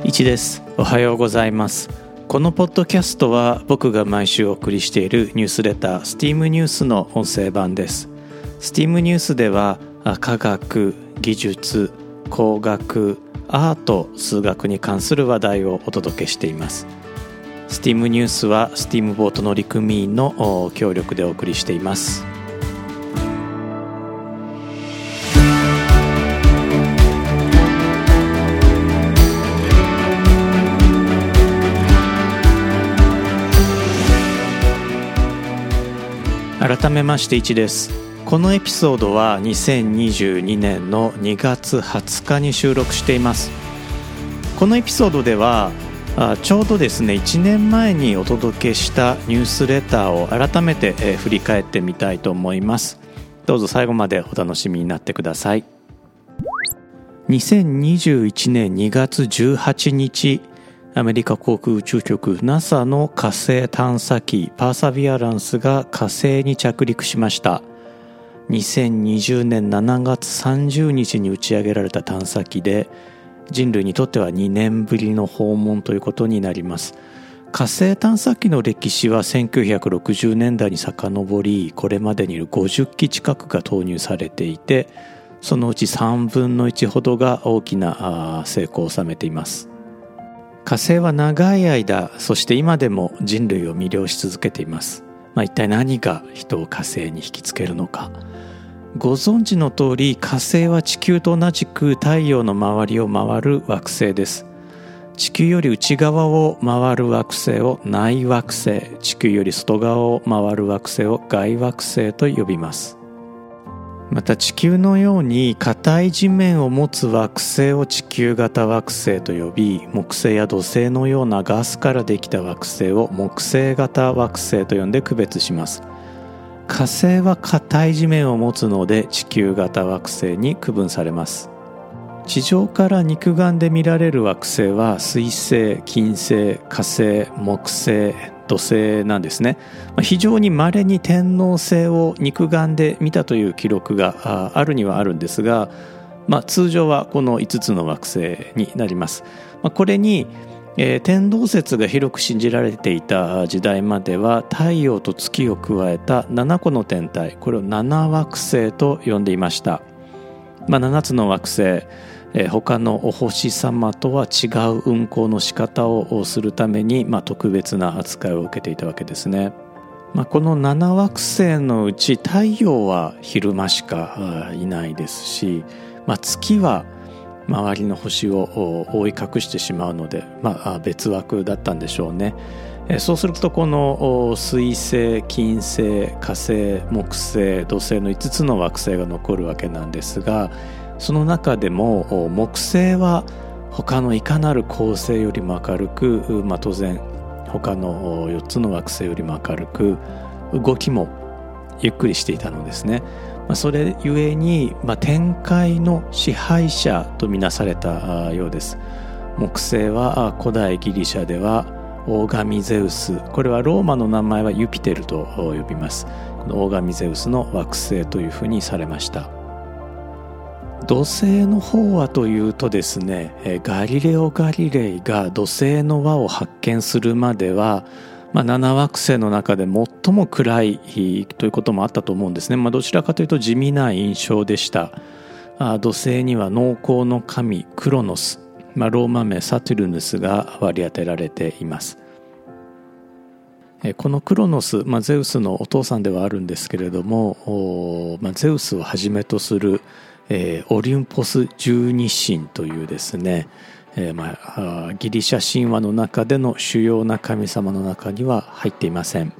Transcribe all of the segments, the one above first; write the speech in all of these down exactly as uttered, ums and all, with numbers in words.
いちです。おはようございます。このポッドキャストは僕が毎週お送りしているニュースレター スティーム ニュースの音声版です。 スティーム ニュースでは科学、技術、工学、アート、数学に関する話題をお届けしています。 スティーム ニュースは スティーム ボート乗組員の協力でお送りしています。改めましていちです。このエピソードはにせんにじゅうにねんのにがつはつかに収録しています。このエピソードではちょうどですねいちねんまえにお届けしたニュースレターを改めて振り返ってみたいと思います。どうぞ最後までお楽しみになってください。にせんにじゅういちねんにがつじゅうはちにち、アメリカ航空宇宙局 ナサ の火星探査機パーサビアランスが火星に着陸しました。にせんにじゅうねんしちがつさんじゅうにちに打ち上げられた探査機で、人類にとってはにねんぶりの訪問ということになります。火星探査機の歴史はせんきゅうひゃくろくじゅうねんだいに遡り、これまでにごじゅっき近くが投入されていて、そのうちさんぶんのいちほどが大きな成功を収めています。火星は長い間、そして今でも人類を魅了し続けています。まあ、一体何が人を火星に引きつけるのか。ご存知の通り、火星は地球と同じく太陽の周りを回る惑星です。地球より内側を回る惑星を内惑星、地球より外側を回る惑星を外惑星と呼びます。また地球のように硬い地面を持つ惑星を地球型惑星と呼び、木星や土星のようなガスからできた惑星を木星型惑星と呼んで区別します。火星は硬い地面を持つので地球型惑星に区分されます。地上から肉眼で見られる惑星は水星、金星、火星、木星、土星なんですね。非常に稀に天王星を肉眼で見たという記録があるにはあるんですが、まあ、通常はこのいつつの惑星になります。まあ、これに、えー、天動説が広く信じられていた時代までは太陽と月を加えたななこの天体、これを七惑星と呼んでいました。まあ、ななつの惑星、えー、他のお星様とは違う運行の仕方をするために、まあ、特別な扱いを受けていたわけですね。まあ、このなな惑星のうち太陽は昼間しかいないですし、まあ、月は周りの星を覆い隠してしまうので、まあ、別枠だったんでしょうね。そうするとこの水星、金星、火星、木星、土星のいつつの惑星が残るわけなんですが、その中でも木星は他のいかなる恒星よりも明るく、まあ、当然他のよっつの惑星よりも明るく、動きもゆっくりしていたのですね。まあ、それゆえに、まあ、天界の支配者とみなされたようです。木星は古代ギリシャでは大神ゼウス、これはローマの名前はユピテルと呼びます。この大神ゼウスの惑星というふうにされました。土星の方はというとですね、ガリレオ・ガリレイが土星の輪を発見するまでは、まあ、なな惑星の中で最も暗いということもあったと思うんですね。まあ、どちらかというと地味な印象でした。あ土星には農耕の神クロノス、まあ、ローマ名サトゥルヌスが割り当てられています。このクロノス、まあ、ゼウスのお父さんではあるんですけれども、まあ、ゼウスをはじめとするえー、オリンポス十二神というですね、えーまあ、ギリシャ神話の中での主要な神様の中には入っていません。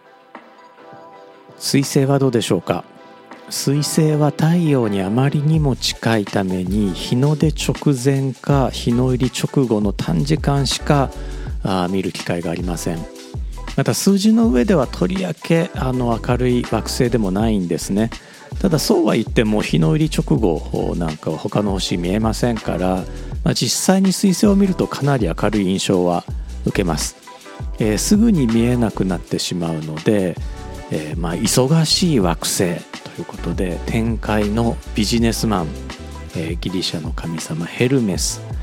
水星はどうでしょうか。水星は太陽にあまりにも近いために日の出直前か日の入り直後の短時間しかあ見る機会がありません。また数字の上ではとりわけあの明るい惑星でもないんですね。ただそうは言っても日の入り直後なんかは他の星見えませんから、まあ、実際に水星を見るとかなり明るい印象は受けます。えー、すぐに見えなくなってしまうので、えーまあ、忙しい惑星ということで天界のビジネスマン、えー、ギリシャの神様ヘルメス、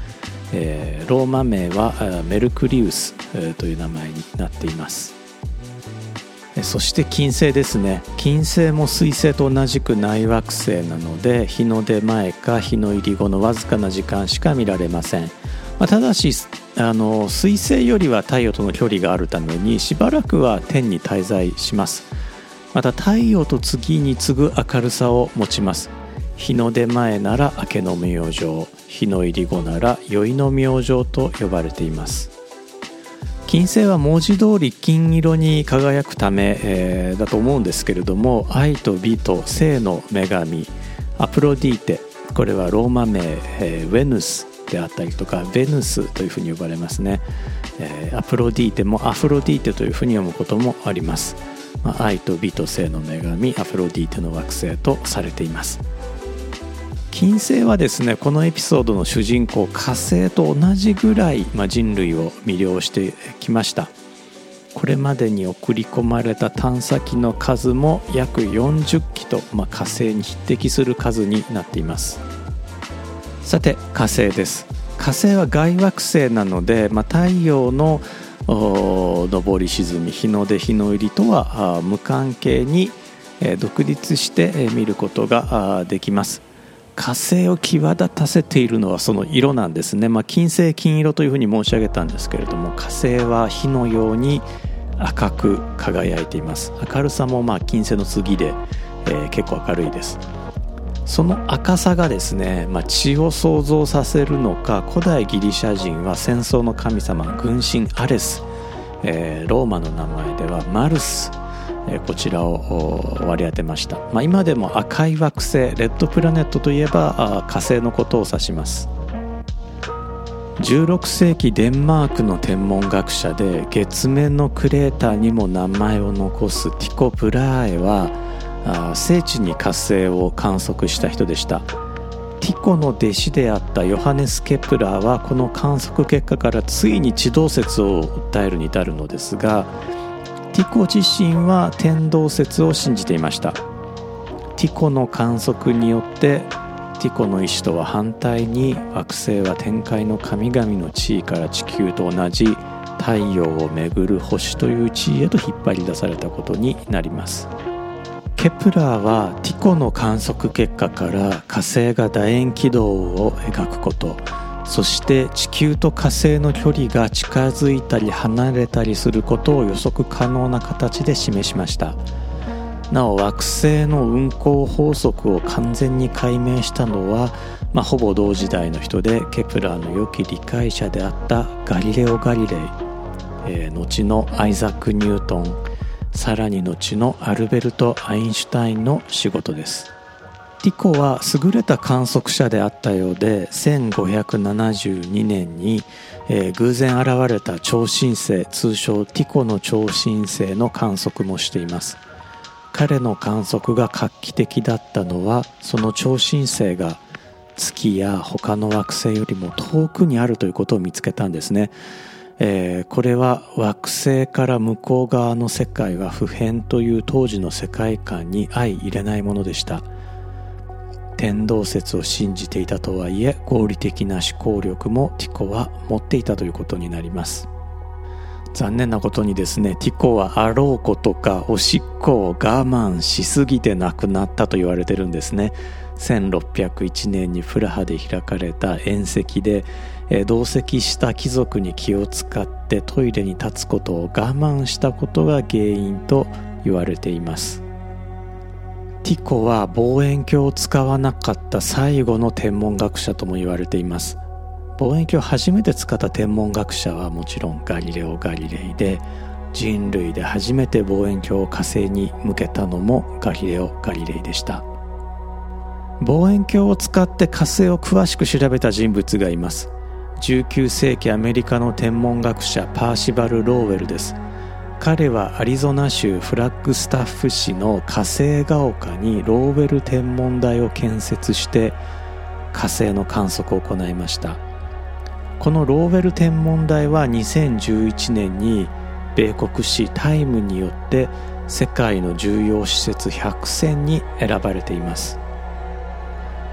えー、ローマ名はメルクリウスという名前になっています。そして金星ですね。金星も水星と同じく内惑星なので、日の出前か日の入り後のわずかな時間しか見られません。まあ、ただしあの水星よりは太陽との距離があるためにしばらくは天に滞在します。また太陽と次に次ぐ明るさを持ちます。日の出前なら明けの明星、日の入り後なら宵の明星と呼ばれています。金星は文字通り金色に輝くため、えー、だと思うんですけれども、愛と美と性の女神アプロディーテ、これはローマ名、えー、ウェヌスであったりとかベヌスというふうに呼ばれますね。えー、アプロディーテもアフロディーテというふうに読むこともあります。まあ、愛と美と性の女神アフロディーテの惑星とされています。金星はですね、このエピソードの主人公火星と同じぐらい、まあ、人類を魅了してきました。これまでに送り込まれた探査機の数も約よんじゅっきと、まあ、火星に匹敵する数になっています。さて火星です。火星は外惑星なので、まあ、太陽の昇り沈み、日の出日の入りとは無関係に独立して見ることができます。火星を際立たせているのはその色なんですね。まあ、金星金色というふうに申し上げたんですけれども、火星は火のように赤く輝いています。明るさもまあ金星の次で、えー、結構明るいです。その赤さがですね、まあ、血を想像させるのか、古代ギリシャ人は戦争の神様軍神アレス、えー、ローマの名前ではマルス、こちらを割り当てました。まあ、今でも赤い惑星、レッドプラネットといえば火星のことを指します。じゅうろくせいきデンマークの天文学者で月面のクレーターにも名前を残すティコ・ブラーエは聖地に火星を観測した人でした。ティコの弟子であったヨハネス・ケプラーはこの観測結果からついに地動説を訴えるに至るのですが、ティコ自身は天動説を信じていました。ティコの観測によってティコの意思とは反対に惑星は天界の神々の地位から地球と同じ太陽を巡る星という地位へと引っ張り出されたことになります。ケプラーはティコの観測結果から火星が楕円軌道を描くこと、そして地球と火星の距離が近づいたり離れたりすることを予測可能な形で示しました。なお惑星の運行法則を完全に解明したのは、まあ、ほぼ同時代の人でケプラーの良き理解者であったガリレオ・ガリレイ、えー、後のアイザック・ニュートン、さらに後のアルベルト・アインシュタインの仕事です。ティコは優れた観測者であったようで、せんごひゃくななじゅうにねんに、えー、偶然現れた超新星、通称ティコの超新星の観測もしています。彼の観測が画期的だったのは、その超新星が月や他の惑星よりも遠くにあるということを見つけたんですね。えー、これは惑星から向こう側の世界は不変という当時の世界観に相入れないものでした。天動説を信じていたとはいえ、合理的な思考力もティコは持っていたということになります。残念なことにですね、ティコはあろうことかおしっこを我慢しすぎて亡くなったと言われてるんですね。せんろっぴゃくいちねんにプラハで開かれた宴席で、えー、同席した貴族に気を使ってトイレに立つことを我慢したことが原因と言われています。ティコは望遠鏡を使わなかった最後の天文学者とも言われています。望遠鏡を初めて使った天文学者はもちろんガリレオ・ガリレイで、人類で初めて望遠鏡を火星に向けたのもガリレオ・ガリレイでした。望遠鏡を使って火星を詳しく調べた人物がいます。じゅうきゅうせいきアメリカの天文学者パーシバル・ローウェルです。彼はアリゾナ州フラッグスタッフ市の火星が丘にローウェル天文台を建設して火星の観測を行いました。このローウェル天文台はにせんじゅういちねんに米国紙タイムによって世界の重要施設ひゃくせんに選ばれています。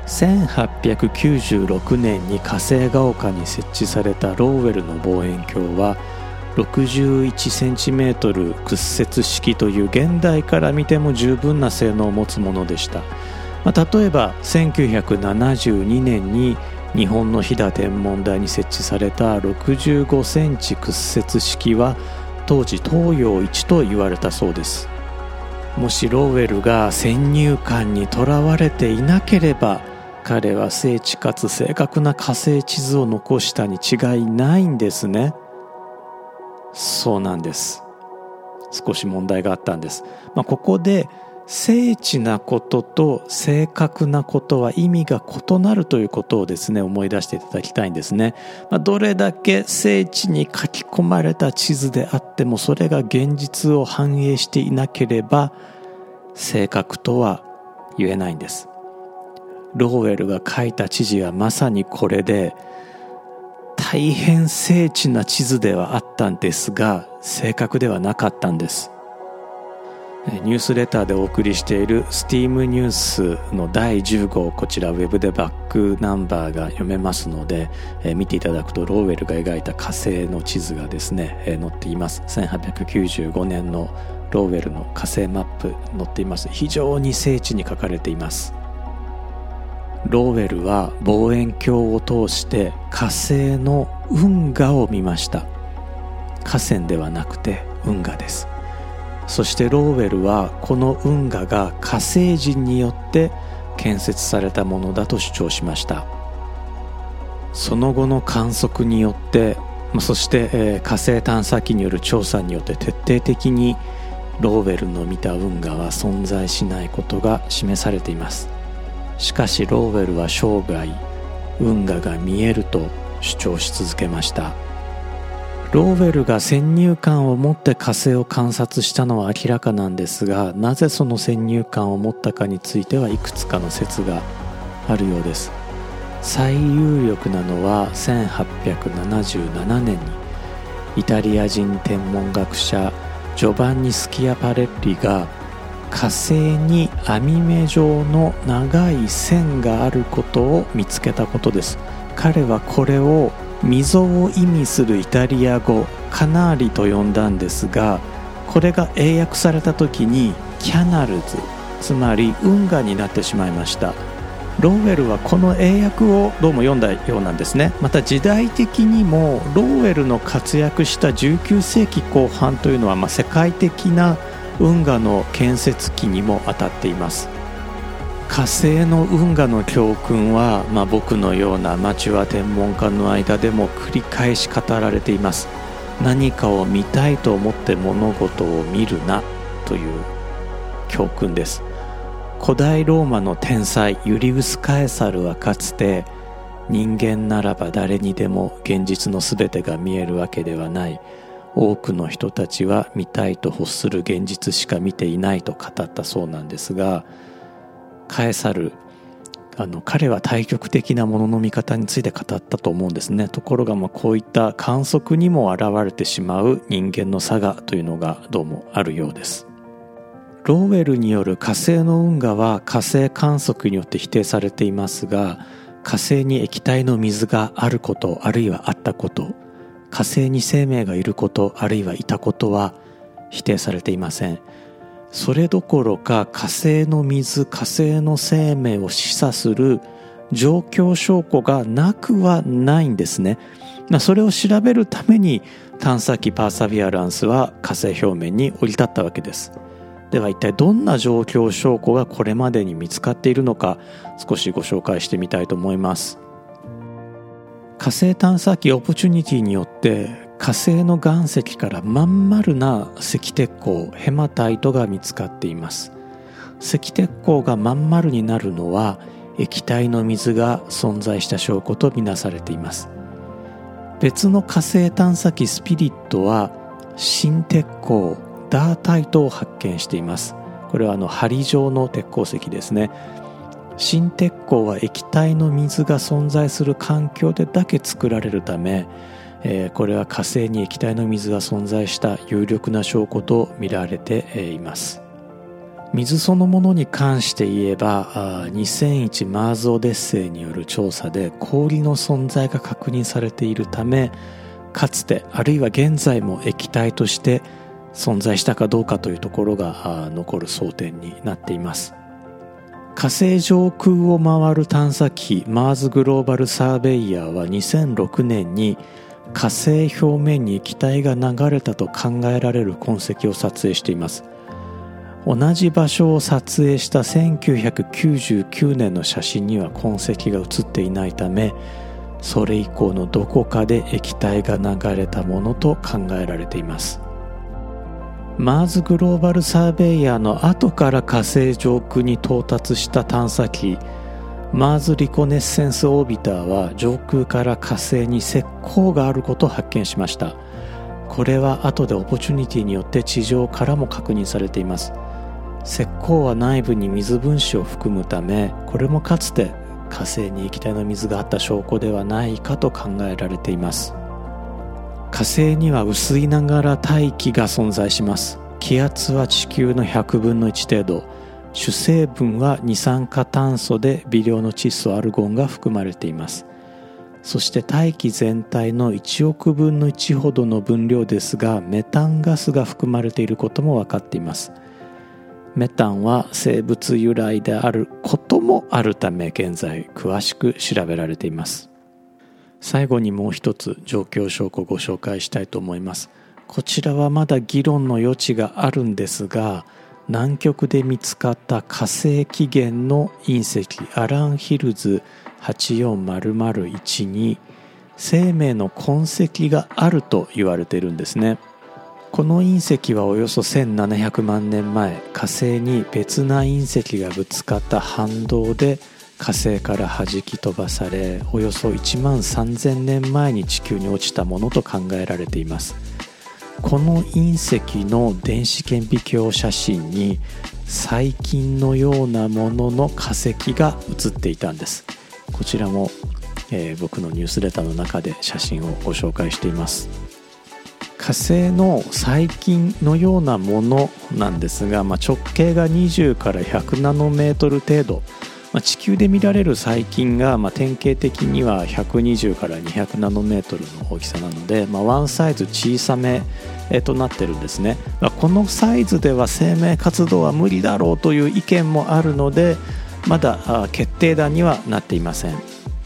せんはっぴゃくきゅうじゅうろくねんに火星が丘に設置されたローウェルの望遠鏡はろくじゅういちセンチメートル屈折式という現代から見ても十分な性能を持つものでした。まあ、例えばせんきゅうひゃくななじゅうにねんに日本の飛騨天文台に設置されたろくじゅうごセンチ屈折式は当時東洋一と言われたそうです。もしローウェルが先入観にとらわれていなければ、彼は精緻かつ正確な火星地図を残したに違いないんですね。そうなんです。少し問題があったんです。まあ、ここで精緻なことと正確なことは意味が異なるということをですね、思い出していただきたいんですね。まあ、どれだけ精緻に書き込まれた地図であっても、それが現実を反映していなければ正確とは言えないんです。ローウェルが書いた地図はまさにこれで、大変精緻な地図ではあったんですが、正確ではなかったんです。ニュースレターでお送りしているスティームニュースのだいじゅうごう、こちらウェブでバックナンバーが読めますので、えー、見ていただくとローウェルが描いた火星の地図がですね、えー、載っています。せんはっぴゃくきゅうじゅうごねんのローウェルの火星マップ載っています。非常に精緻に書かれています。ローウェルは望遠鏡を通して火星の運河を見ました。河川ではなくて運河です。そしてローウェルはこの運河が火星人によって建設されたものだと主張しました。その後の観測によって、そして、えー、火星探査機による調査によって徹底的にローウェルの見た運河は存在しないことが示されています。しかしローウェルは生涯運河が見えると主張し続けました。ローウェルが先入観を持って火星を観察したのは明らかなんですが、なぜその先入観を持ったかについてはいくつかの説があるようです。最有力なのはせんはっぴゃくななじゅうななねんにイタリア人天文学者ジョバンニ・スキアパレッリが火星に網目状の長い線があることを見つけたことです。彼はこれを溝を意味するイタリア語カナーリと呼んだんですが、これが英訳された時にキャナルズ、つまり運河になってしまいました。ローウェルはこの英訳をどうも読んだようなんですね。また時代的にもローウェルの活躍したじゅうきゅうせいきこう半というのは、まあ、世界的な運河の建設期にも当たっています。火星の運河の教訓は、まあ、僕のようなアマチュア天文家の間でも繰り返し語られています。何かを見たいと思って物事を見るなという教訓です。古代ローマの天才ユリウス・カエサルはかつて、人間ならば誰にでも現実のすべてが見えるわけではない、多くの人たちは見たいと欲する現実しか見ていないと語ったそうなんですが、カエサル、あの彼は対極的なものの見方について語ったと思うんですね。ところが、まあこういった観測にも現れてしまう人間の差がというのがどうもあるようです。ローウェルによる火星の運河は火星観測によって否定されていますが、火星に液体の水があること、あるいはあったこと、火星に生命がいること、あるいはいたことは否定されていません。それどころか火星の水、火星の生命を示唆する状況証拠がなくはないんですね。それを調べるために探査機パーサビアランスは火星表面に降り立ったわけです。では一体どんな状況証拠がこれまでに見つかっているのか、少しご紹介してみたいと思います。火星探査機オポチュニティによって火星の岩石からまん丸な赤鉄鉱ヘマタイトが見つかっています。赤鉄鉱がまん丸になるのは液体の水が存在した証拠とみなされています。別の火星探査機スピリットは新鉄鉱ダータイトを発見しています。これはあの針状の鉄鉱石ですね。新鉄鉱は液体の水が存在する環境でだけ作られるため、えー、これは火星に液体の水が存在した有力な証拠と見られています。 水そのものに関して言えばにせんいちマーズオデッセイによる調査で氷の存在が確認されているため、かつてあるいは現在も液体として存在したかどうかというところが残る争点になっています。火星上空を回る探査機マーズグローバルサーベイヤーはにせんろくねんに火星表面に液体が流れたと考えられる痕跡を撮影しています。同じ場所を撮影したせんきゅうひゃくきゅうじゅうきゅうねんの写真には痕跡が写っていないため、それ以降のどこかで液体が流れたものと考えられています。マーズグローバルサーベイヤーの後から火星上空に到達した探査機マーズリコネッセンスオービターは上空から火星に石膏があることを発見しました。これは後でオポチュニティによって地上からも確認されています。石膏は内部に水分子を含むため、これもかつて火星に液体の水があった証拠ではないかと考えられています。火星には薄いながら大気が存在します。気圧は地球のひゃくぶんのいち程度、主成分は二酸化炭素で微量の窒素アルゴンが含まれています。そして大気全体のいちおくぶんのいちほどの分量ですが、メタンガスが含まれていることも分かっています。メタンは生物由来であることもあるため、現在詳しく調べられています。最後にもう一つ状況証拠をご紹介したいと思います。こちらはまだ議論の余地があるんですが、南極で見つかった火星起源の隕石アランヒルズはちよんまるまるいちに生命の痕跡があると言われているんですね。この隕石はおよそせんななひゃくまんねんまえ、火星に別な隕石がぶつかった反動で火星から弾き飛ばされ、およそいちまんさんぜんねんまえに地球に落ちたものと考えられています。この隕石の電子顕微鏡写真に細菌のようなものの化石が写っていたんです。こちらも、えー、僕のニュースレターの中で写真をご紹介しています。火星の細菌のようなものなんですが、まあ、直径がにじゅうからひゃくナノメートル程度、まあ、地球で見られる細菌が、まあ、典型的にはひゃくにじゅうからにひゃくナノメートルの大きさなので、まあ、ワンサイズ小さめとなってるんですね。まあ、このサイズでは生命活動は無理だろうという意見もあるので、まだ決定打にはなっていません。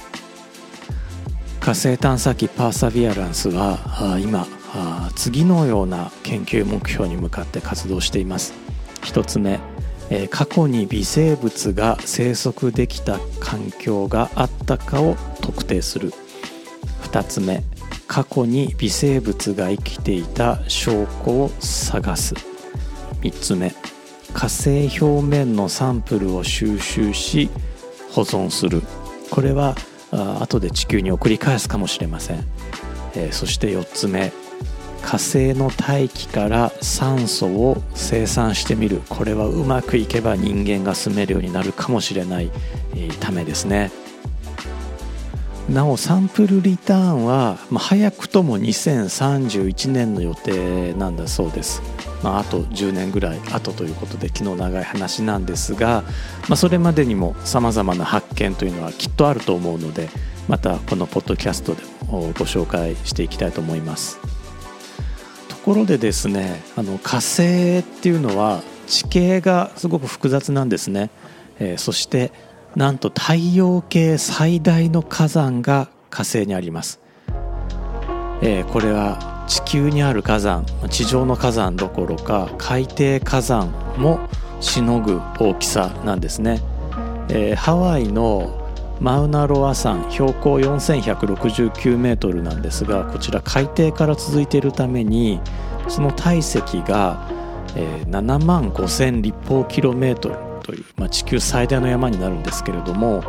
火星探査機パーサビアランスは今次のような研究目標に向かって活動しています。一つ目、過去に微生物が生息できた環境があったかを特定する。二つ目、過去に微生物が生きていた証拠を探す。三つ目、火星表面のサンプルを収集し保存する。これは後で地球に送り返すかもしれません。えー、そしてよっつめ、火星の大気から酸素を生産してみる。これはうまくいけば人間が住めるようになるかもしれない、えー、ためですね。なおサンプルリターンは、まあ、早くともにせんさんじゅういちねんの予定なんだそうです。まあ、あとじゅうねんぐらい後ということで気の長い話なんですが、まあ、それまでにもさまざまな発見というのはきっとあると思うので、またこのポッドキャストでもご紹介していきたいと思います。ところでですね、あの火星っていうのは地形がすごく複雑なんですね。えー、そしてなんと太陽系最大の火山が火星にあります。えー、これは地球にある火山、地上の火山どころか海底火山もしのぐ大きさなんですね。えー、ハワイのマウナロア山、標高よんせんひゃくろくじゅうきゅうメートルなんですが、こちら海底から続いているためにその体積が、えー、ななまんごせん立方キロメートルという、まあ、地球最大の山になるんですけれども、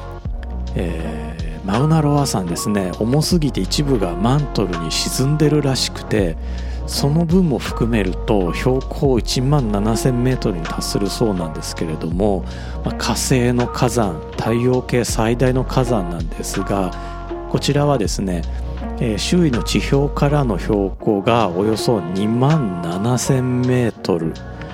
えー、マウナロア山ですね、重すぎて一部がマントルに沈んでるらしくて、その分も含めると標高いちまんななせんメートルに達するそうなんですけれども、まあ、火星の火山、太陽系最大の火山なんですが、こちらはですね、えー、周囲の地表からの標高がおよそにまんななせんメートル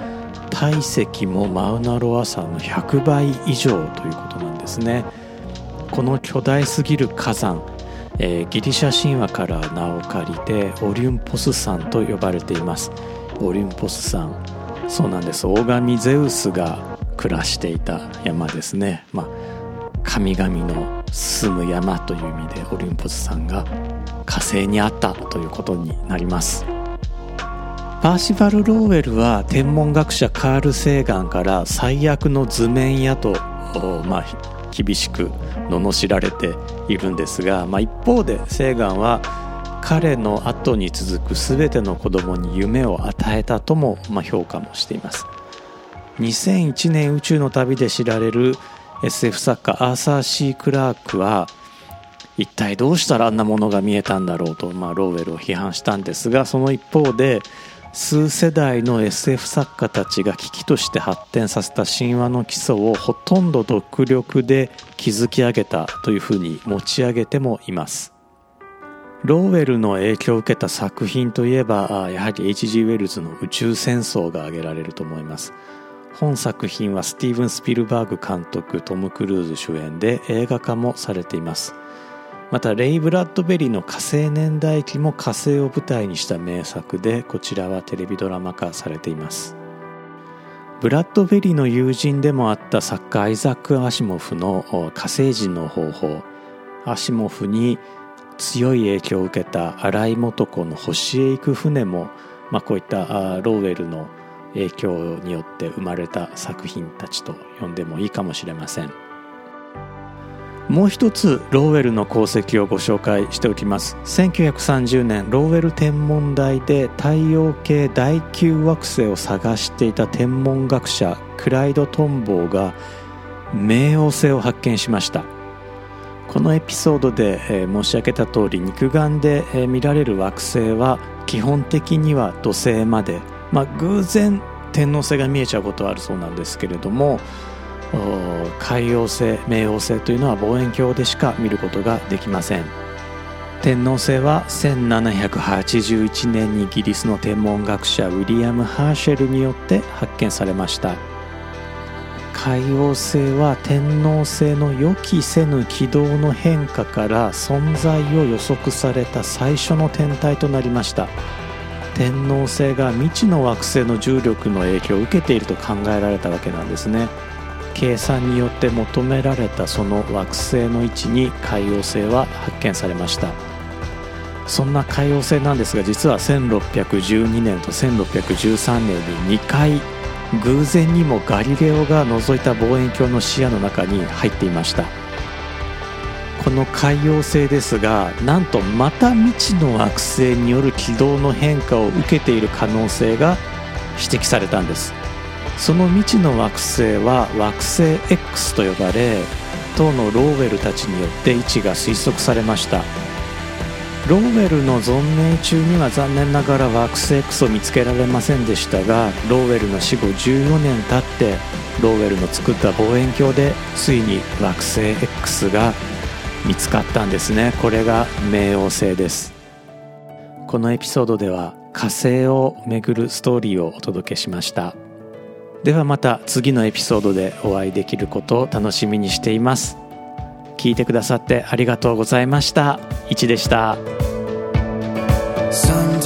体積もマウナロア山のひゃくばい以上ということなんですね。この巨大すぎる火山、えー、ギリシャ神話から名を借りてオリュンポス山と呼ばれています。オリュンポス山、そうなんです。大神ゼウスが暮らしていた山ですね。まあ神々の住む山という意味でオリュンポス山が火星にあったということになります。パーシバル・ローウェルは天文学者カール・セーガンから最悪の図面屋と、まあ、厳しく罵られているんですが、まあ、一方でセーガンは彼の後に続く全ての子供に夢を与えたとも、まあ、評価もしています。にせんいちねん宇宙の旅で知られる エスエフ 作家アーサー・シー・クラークは一体どうしたらあんなものが見えたんだろうと、まあ、ローウェルを批判したんですが、その一方で数世代の エスエフ 作家たちが危機として発展させた神話の基礎をほとんど独力で築き上げたというふうに持ち上げてもいます。ローウェルの影響を受けた作品といえばやはり エイチジー ウェルズの宇宙戦争が挙げられると思います。本作品はスティーブン・スピルバーグ監督、トム・クルーズ主演で映画化もされています。またレイ・ブラッドベリーの火星年代記も火星を舞台にした名作で、こちらはテレビドラマ化されています。ブラッドベリーの友人でもあった作家アイザック・アシモフの火星人の方法、アシモフに強い影響を受けた新井素子の星へ行く船も、まあ、こういったローウェルの影響によって生まれた作品たちと呼んでもいいかもしれません。もう一つローウェルの功績をご紹介しておきます。せんきゅうひゃくさんじゅうねん、ローウェル天文台で太陽系第きゅう惑星を探していた天文学者クライド・トンボーが冥王星を発見しました。このエピソードで、えー、申し上げた通り、肉眼で、えー、見られる惑星は基本的には土星まで、まあ、偶然天王星が見えちゃうことはあるそうなんですけれども、海王星、冥王星というのは望遠鏡でしか見ることができません。天王星はせんななひゃくはちじゅういちねんにイギリスの天文学者ウィリアム・ハーシェルによって発見されました。海王星は天王星の予期せぬ軌道の変化から存在を予測された最初の天体となりました。天王星が未知の惑星の重力の影響を受けていると考えられたわけなんですね。計算によって求められたその惑星の位置に海王星は発見されました。そんな海王星なんですが、実はせんろっぴゃくじゅうにねんとせんろっぴゃくじゅうさんねんににかい偶然にもガリレオが覗いた望遠鏡の視野の中に入っていました。この海王星ですが、なんとまた未知の惑星による軌道の変化を受けている可能性が指摘されたんです。その未知の惑星は惑星 X と呼ばれ、当のローウェルたちによって位置が推測されました。ローウェルの存命中には残念ながら惑星 X を見つけられませんでしたが、ローウェルの死後じゅうよねん経ってローウェルの作った望遠鏡でついに惑星 X が見つかったんですね。これが冥王星です。このエピソードでは火星をめぐるストーリーをお届けしました。ではまた次のエピソードでお会いできることを楽しみにしています。聞いてくださってありがとうございました。いちでした。